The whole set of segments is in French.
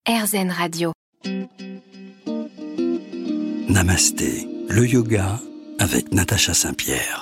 RZN Radio. Namasté, le yoga avec Natacha Saint-Pierre.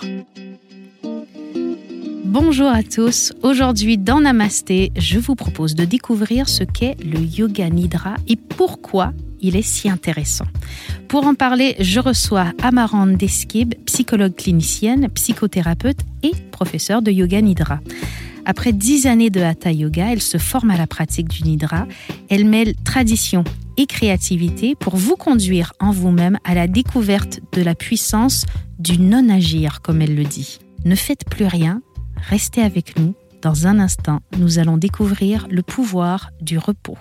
Bonjour à tous, aujourd'hui dans Namasté, je vous propose de découvrir ce qu'est le yoga nidra et pourquoi il est si intéressant. Pour en parler, je reçois Amarande Deskib, psychologue clinicienne, psychothérapeute et professeure de yoga nidra. Après 10 années de Hatha Yoga, elle se forme à la pratique du nidra. Elle mêle tradition et créativité pour vous conduire en vous-même à la découverte de la puissance du non-agir, comme elle le dit. Ne faites plus rien, restez avec nous. Dans un instant, nous allons découvrir le pouvoir du repos.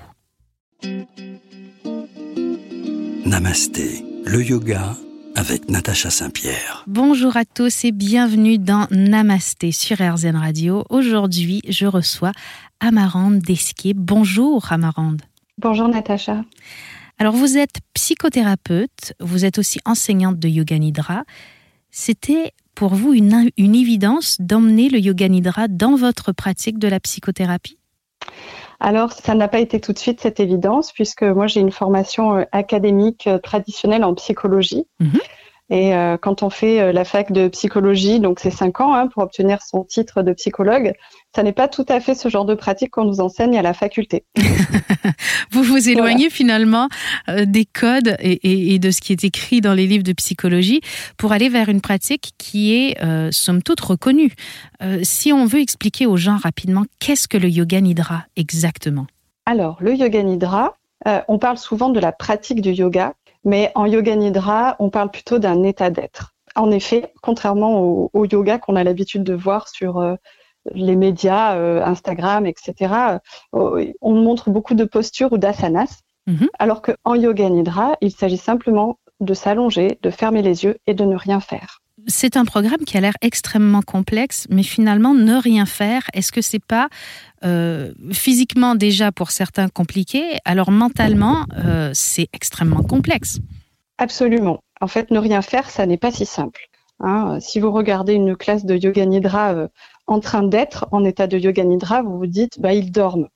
Namasté, le yoga avec Natacha Saint-Pierre. Bonjour à tous et bienvenue dans Namasté sur RZN Radio. Aujourd'hui, je reçois Amarande Deskib. Bonjour Amarande. Bonjour Natacha. Alors vous êtes psychothérapeute, vous êtes aussi enseignante de yoga nidra. C'était pour vous une évidence d'emmener le yoga nidra dans votre pratique de la psychothérapie ? Alors, ça n'a pas été tout de suite cette évidence, puisque moi j'ai une formation académique traditionnelle en psychologie. Et quand on fait la fac de psychologie, donc c'est 5 ans pour obtenir son titre de psychologue, ça n'est pas tout à fait ce genre de pratique qu'on nous enseigne à la faculté. Vous vous éloignez finalement des codes et de ce qui est écrit dans les livres de psychologie pour aller vers une pratique qui est somme toute reconnue. Si on veut expliquer aux gens rapidement, qu'est-ce que le yoga nidra exactement ? Alors, le yoga nidra, on parle souvent de la pratique du yoga, mais en yoga nidra, on parle plutôt d'un état d'être. En effet, contrairement au yoga qu'on a l'habitude de voir sur les médias, Instagram, etc., on montre beaucoup de postures ou d'asanas, alors qu'en yoga nidra, il s'agit simplement de s'allonger, de fermer les yeux et de ne rien faire. C'est un programme qui a l'air extrêmement complexe, mais finalement, ne rien faire, est-ce que c'est pas physiquement déjà pour certains compliqué, alors mentalement, c'est extrêmement complexe. Absolument. En fait, ne rien faire, ça n'est pas si simple. Si vous regardez une classe de yoga nidra en train d'être en état de yoga nidra, vous vous dites, ils dorment.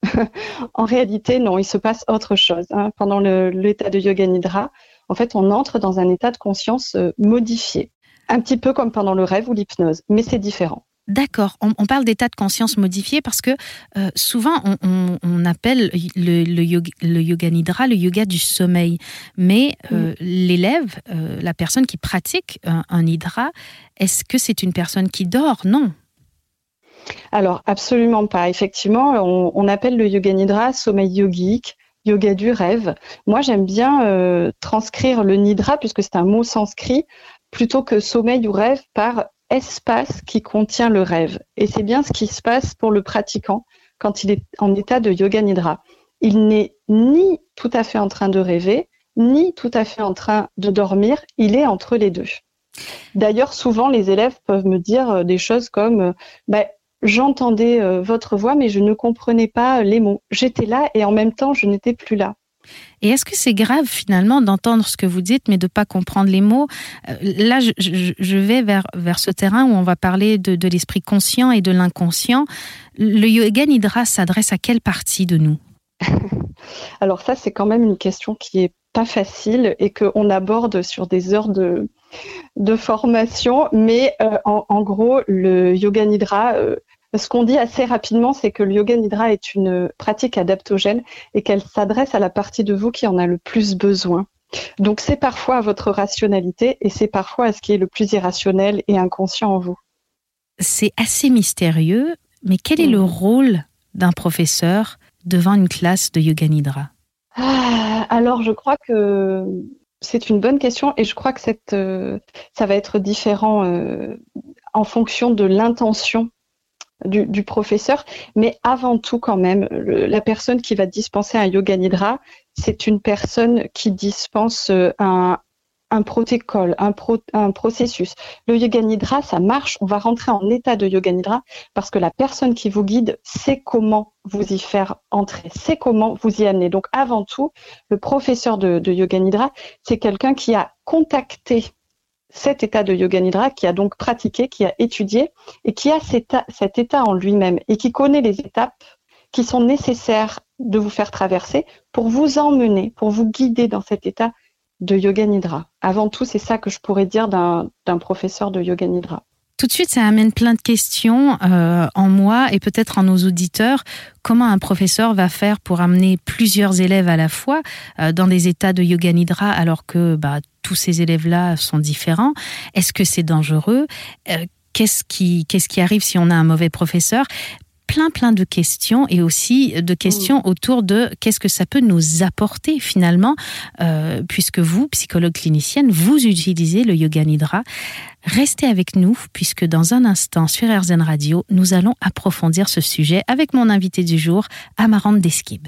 En réalité, non, il se passe autre chose. Pendant l'état de yoga nidra, en fait, on entre dans un état de conscience modifié. Un petit peu comme pendant le rêve ou l'hypnose, mais c'est différent. D'accord, on parle d'état de conscience modifié parce que souvent on appelle le yoga nidra le yoga du sommeil. Mais l'élève, la personne qui pratique un nidra, est-ce que c'est une personne qui dort ? Non. Alors, absolument pas. Effectivement, on appelle le yoga nidra sommeil yogique, yoga du rêve. Moi, j'aime bien transcrire le nidra, puisque c'est un mot sanskrit, plutôt que sommeil ou rêve, par espace qui contient le rêve. Et c'est bien ce qui se passe pour le pratiquant quand il est en état de yoga nidra. Il n'est ni tout à fait en train de rêver, ni tout à fait en train de dormir, il est entre les deux. D'ailleurs, souvent, les élèves peuvent me dire des choses comme j'entendais votre voix, mais je ne comprenais pas les mots. J'étais là et en même temps, je n'étais plus là. Et est-ce que c'est grave finalement d'entendre ce que vous dites mais de ne pas comprendre les mots ? Là, je vais vers ce terrain où on va parler de l'esprit conscient et de l'inconscient. Le yoga nidra s'adresse à quelle partie de nous ? Alors ça, c'est quand même une question qui est pas facile et qu'on aborde sur des heures de formation. Mais en gros, le yoga nidra... ce qu'on dit assez rapidement, c'est que le yoga nidra est une pratique adaptogène et qu'elle s'adresse à la partie de vous qui en a le plus besoin. Donc c'est parfois à votre rationalité et c'est parfois à ce qui est le plus irrationnel et inconscient en vous. C'est assez mystérieux, mais quel est le rôle d'un professeur devant une classe de yoga nidra ? Alors je crois que c'est une bonne question et je crois que ça va être différent en fonction de l'intention du professeur, mais avant tout quand même, la personne qui va dispenser un yoga nidra, c'est une personne qui dispense un protocole, un processus. Le yoga nidra, ça marche, on va rentrer en état de yoga nidra parce que la personne qui vous guide sait comment vous y faire entrer, sait comment vous y amener. Donc avant tout, le professeur de yoga nidra, c'est quelqu'un qui a contacté cet état de yoga nidra, qui a donc pratiqué, qui a étudié et qui a cet état en lui-même et qui connaît les étapes qui sont nécessaires de vous faire traverser pour vous emmener, pour vous guider dans cet état de Yoga Nidra. Avant tout, c'est ça que je pourrais dire d'un professeur de Yoga Nidra. Tout de suite, ça amène plein de questions en moi et peut-être en nos auditeurs. Comment un professeur va faire pour amener plusieurs élèves à la fois dans des états de Yoga Nidra alors que tous ces élèves-là sont différents? Est-ce que c'est dangereux? Qu'est-ce qui arrive si on a un mauvais professeur? Plein de questions et aussi de questions autour de qu'est-ce que ça peut nous apporter finalement, puisque vous, psychologue clinicienne, vous utilisez le Yoga Nidra. Restez avec nous puisque dans un instant sur RZN Radio, nous allons approfondir ce sujet avec mon invité du jour, Amarante Desquibes.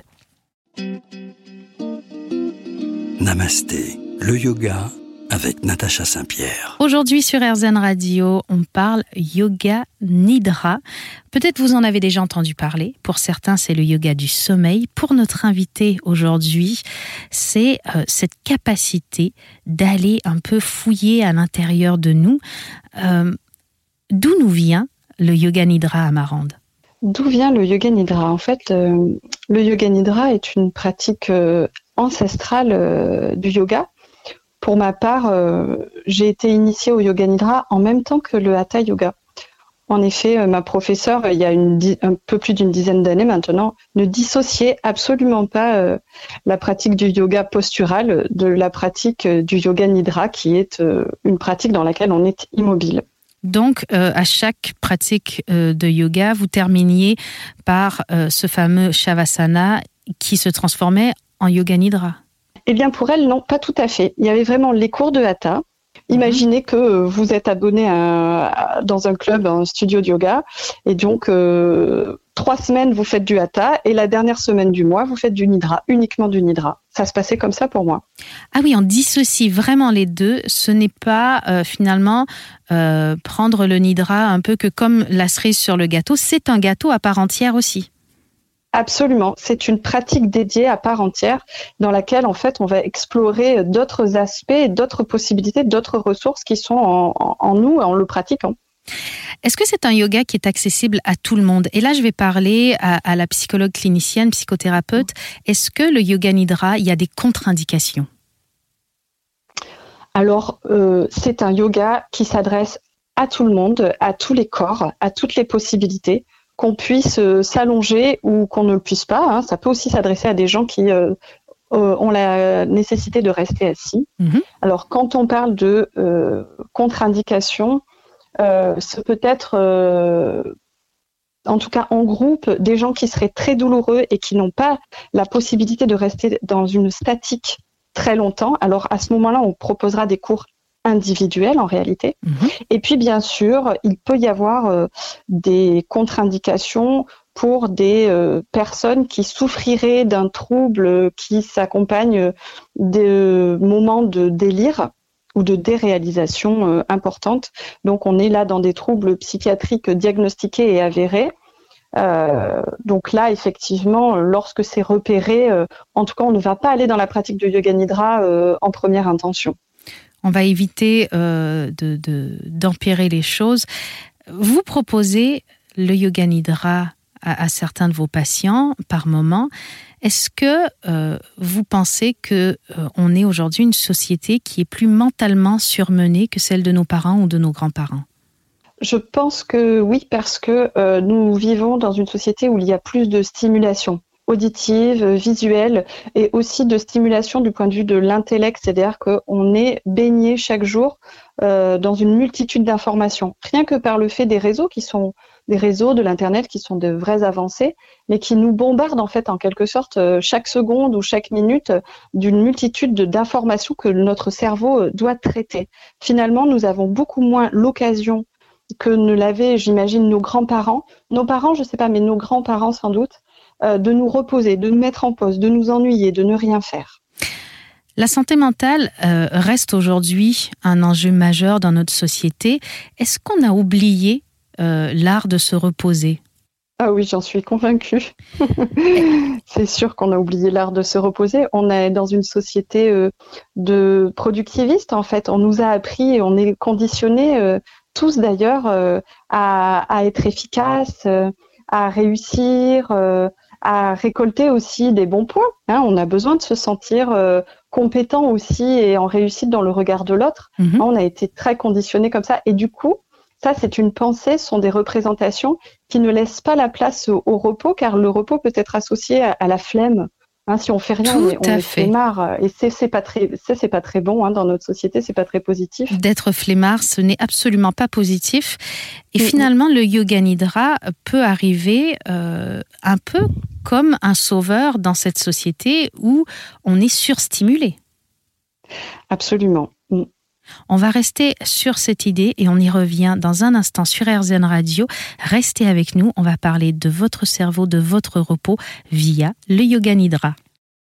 Namasté, le yoga avec Natacha Saint-Pierre. Aujourd'hui sur RZN Radio, on parle Yoga Nidra. Peut-être vous en avez déjà entendu parler. Pour certains, c'est le yoga du sommeil. Pour notre invité aujourd'hui, c'est cette capacité d'aller un peu fouiller à l'intérieur de nous. D'où nous vient le Yoga Nidra, Amarante? D'où vient le Yoga Nidra? En fait, le Yoga Nidra est une pratique ancestrale du yoga. Pour ma part, j'ai été initiée au Yoga Nidra en même temps que le Hatha Yoga. En effet, ma professeure, il y a un peu plus d'une dizaine d'années maintenant, ne dissociait absolument pas la pratique du yoga postural de la pratique du Yoga Nidra, qui est une pratique dans laquelle on est immobile. Donc, à chaque pratique de yoga, vous terminiez par ce fameux Shavasana qui se transformait en Yoga Nidra. Eh bien, pour elle, non, pas tout à fait. Il y avait vraiment les cours de Hatha. Imaginez que vous êtes abonné dans un club, un studio de yoga, et donc 3 semaines, vous faites du Hatha, et la dernière semaine du mois, vous faites du Nidra, uniquement du Nidra. Ça se passait comme ça pour moi. Ah oui, on dissocie vraiment les deux. Ce n'est pas finalement prendre le Nidra un peu que comme la cerise sur le gâteau. C'est un gâteau à part entière aussi. Absolument, c'est une pratique dédiée à part entière dans laquelle en fait on va explorer d'autres aspects, d'autres possibilités, d'autres ressources qui sont en nous en le pratiquant. Est-ce que c'est un yoga qui est accessible à tout le monde? Et là, je vais parler à la psychologue clinicienne, psychothérapeute. Est-ce que le Yoga Nidra, il y a des contre-indications? Alors, c'est un yoga qui s'adresse à tout le monde, à tous les corps, à toutes les possibilités. Qu'on puisse s'allonger ou qu'on ne le puisse pas. Hein. Ça peut aussi s'adresser à des gens qui ont la nécessité de rester assis. Alors, quand on parle de contre-indication, ce peut être, en tout cas en groupe, des gens qui seraient très douloureux et qui n'ont pas la possibilité de rester dans une statique très longtemps. Alors, à ce moment-là, on proposera des cours individuel en réalité. Et puis bien sûr, il peut y avoir des contre-indications pour des personnes qui souffriraient d'un trouble qui s'accompagne de moments de délire ou de déréalisation importante. Donc on est là dans des troubles psychiatriques diagnostiqués et avérés. Donc là, effectivement, lorsque c'est repéré, en tout cas, on ne va pas aller dans la pratique du Yoga Nidra en première intention. On va éviter d'empirer les choses. Vous proposez le Yoga Nidra à certains de vos patients par moment. Est-ce que vous pensez qu'on est aujourd'hui une société qui est plus mentalement surmenée que celle de nos parents ou de nos grands-parents? Je pense que oui, parce que nous vivons dans une société où il y a plus de stimulation auditive, visuelle et aussi de stimulation du point de vue de l'intellect, c'est-à-dire qu'on est baigné chaque jour dans une multitude d'informations. Rien que par le fait des réseaux qui sont des réseaux de l'Internet qui sont de vraies avancées, mais qui nous bombardent en fait en quelque sorte chaque seconde ou chaque minute d'une multitude d'informations que notre cerveau doit traiter. Finalement, nous avons beaucoup moins l'occasion que ne l'avaient, j'imagine, nos grands-parents. Nos parents, je ne sais pas, mais nos grands-parents sans doute, de nous reposer, de nous mettre en pause, de nous ennuyer, de ne rien faire. La santé mentale reste aujourd'hui un enjeu majeur dans notre société. Est-ce qu'on a oublié l'art de se reposer? Ah oui, j'en suis convaincue. C'est sûr qu'on a oublié l'art de se reposer. On est dans une société de productivistes, en fait. On nous a appris, on est conditionnés, tous d'ailleurs, à être efficaces, à réussir, à récolter aussi des bons points. On a besoin de se sentir compétent aussi et en réussite dans le regard de l'autre. On a été très conditionné comme ça. Et du coup, ça, c'est une pensée, ce sont des représentations qui ne laissent pas la place au repos, car le repos peut être associé à la flemme. Si on fait rien, on est flemmard. Et c'est pas très bon dans notre société, c'est pas très positif. D'être flemmard, ce n'est absolument pas positif. Et finalement, le yoga nidra peut arriver un peu comme un sauveur dans cette société où on est surstimulé. Absolument. On va rester sur cette idée et on y revient dans un instant sur RZN Radio. Restez avec nous, on va parler de votre cerveau, de votre repos via le yoga nidra.